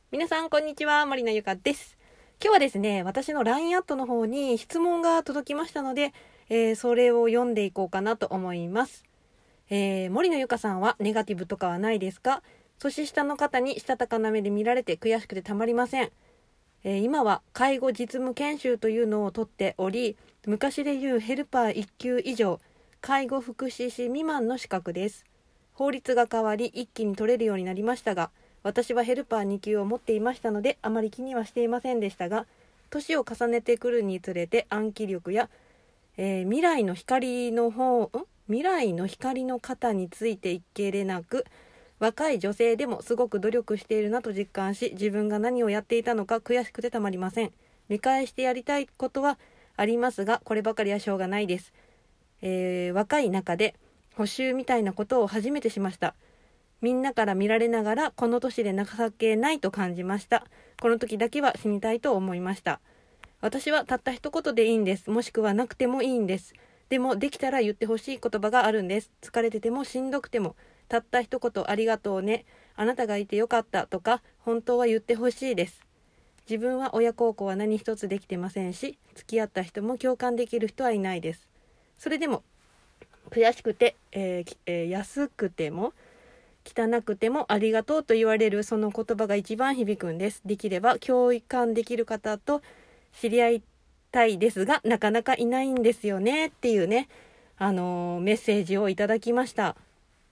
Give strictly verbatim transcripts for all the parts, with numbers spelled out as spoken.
皆さんこんにちは、森のゆかです。今日はですね、私の ライン アットの方に質問が届きましたので、えー、それを読んでいこうかなと思います。えー、森のゆかさんはネガティブとかはないですか？年下の方にしたたかな目で見られて悔しくてたまりません。えー、今は介護実務研修というのを取っており、昔でいうヘルパーいっ級以上、介護福祉士未満の資格です。法律が変わり一気に取れるようになりましたが、私はヘルパーに級を持っていましたのであまり気にはしていませんでしたが、年を重ねてくるにつれて暗記力や、えー、未来の光の方ん未来の光の方についていけれなく、若い女性でもすごく努力しているなと実感し、自分が何をやっていたのか悔しくてたまりません。見返してやりたいことはありますが、こればかりはしょうがないです。えー、若い中で補習みたいなことを初めてしました。みんなから見られながらこの年で情けないと感じました。この時だけは死にたいと思いました。私はたった一言でいいんです。もしくはなくてもいいんです。でもできたら言ってほしい言葉があるんです。疲れててもしんどくても、たった一言ありがとうね、あなたがいてよかったとか本当は言ってほしいです。自分は親孝行は何一つできてませんし、付き合った人も共感できる人はいないです。それでも悔しくて、えーえー、安くても汚くてもありがとうと言われるその言葉が一番響くんです。できれば共感できる方と知り合いたいですが、なかなかいないんですよねっていうね、あのー、メッセージをいただきました。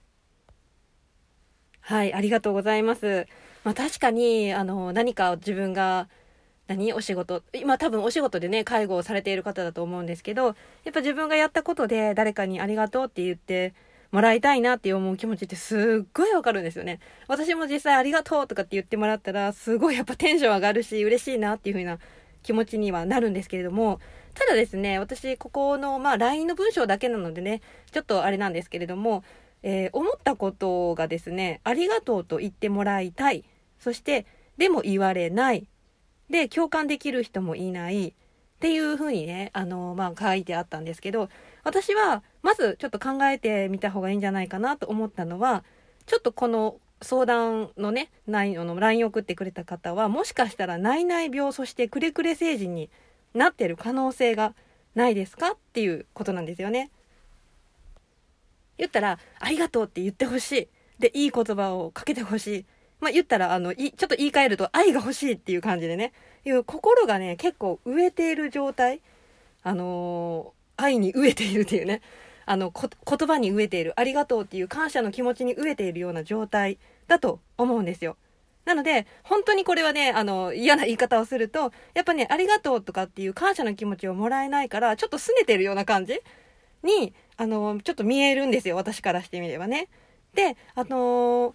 はい、ありがとうございます。まあ、確かにあのー、何か自分が何お仕事今多分お仕事でね介護をされている方だと思うんですけど、やっぱ自分がやったことで誰かにありがとうって言ってもらいたいなって思う気持ちってすっごいわかるんですよね。私も実際ありがとうとかって言ってもらったらすごいやっぱテンション上がるし嬉しいなっていう風な気持ちにはなるんですけれども、ただですね、私ここのまあ ライン の文章だけなのでねちょっとあれなんですけれども、えー、思ったことがですね、ありがとうと言ってもらいたい、そしてでも言われないで共感できる人もいないっていう風にね、あのまあ書いてあったんですけど、私はまずちょっと考えてみた方がいいんじゃないかなと思ったのは、ちょっとこの相談のね内容の ライン 送ってくれた方はもしかしたら内々病、そしてくれくれ成人になってる可能性がないですかっていうことなんですよね。言ったらありがとうって言ってほしいで、いい言葉をかけてほしい、まあ、言ったらあのいちょっと言い換えると愛が欲しいっていう感じでね、いう心がね結構飢えている状態、あのー、愛に飢えているっていうね、あのこ言葉に飢えている、ありがとうっていう感謝の気持ちに飢えているような状態だと思うんですよ。なので本当にこれはね、あの嫌な言い方をするとやっぱね、ありがとうとかっていう感謝の気持ちをもらえないからちょっと拗ねてるような感じにあのちょっと見えるんですよ、私からしてみればね。であのー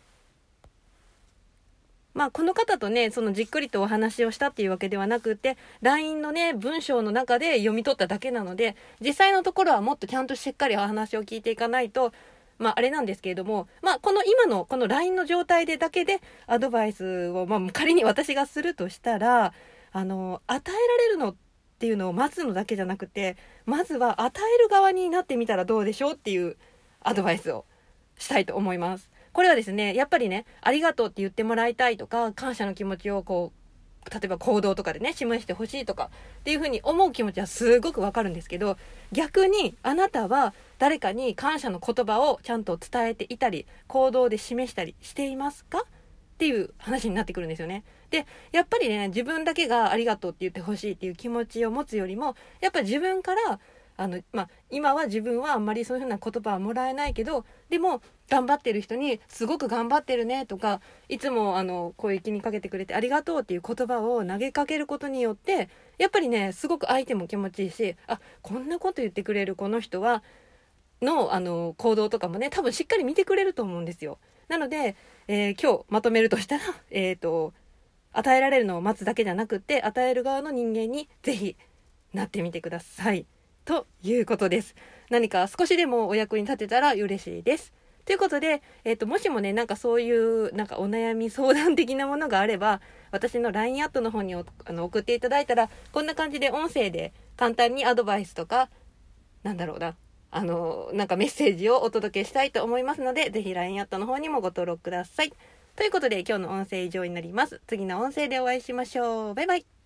まあ、この方とねそのじっくりとお話をしたっていうわけではなくて ライン のね文章の中で読み取っただけなので、実際のところはもっとちゃんとしっかりお話を聞いていかないとまああれなんですけれども、まあこの今のこの ライン の状態でだけでアドバイスを、まあ、仮に私がするとしたら、あの与えられるのっていうのを待つのだけじゃなくて、まずは与える側になってみたらどうでしょうっていうアドバイスをしたいと思います。これはですね、やっぱりね、ありがとうって言ってもらいたいとか、感謝の気持ちをこう、例えば行動とかでね、示してほしいとかっていうふうに思う気持ちはすごくわかるんですけど、逆にあなたは誰かに感謝の言葉をちゃんと伝えていたり、行動で示したりしていますかっていう話になってくるんですよね。で、やっぱりね、自分だけがありがとうって言ってほしいっていう気持ちを持つよりも、やっぱり自分からあの、まあ、今は自分はあんまりそういうふうな言葉はもらえないけど、でも頑張ってる人にすごく頑張ってるねとか、いつもあの声気にかけてくれてありがとうっていう言葉を投げかけることによって、やっぱりねすごく相手も気持ちいいし、あ、こんなこと言ってくれるこの人はのあの行動とかもね多分しっかり見てくれると思うんですよ。なので、えー、今日まとめるとしたら、えーと与えられるのを待つだけじゃなくて、与える側の人間にぜひなってみてくださいということです。何か少しでもお役に立てたら嬉しいです。ということで、えーと、もしもね、なんかそういうなんかお悩み相談的なものがあれば、私の ライン アットの方におあの送っていただいたら、こんな感じで音声で簡単にアドバイスとか、なんだろうな、あの、なんかメッセージをお届けしたいと思いますので、ぜひ ライン アットの方にもご登録ください。 ということで今日の音声以上になります。次の音声でお会いしましょう。バイバイ。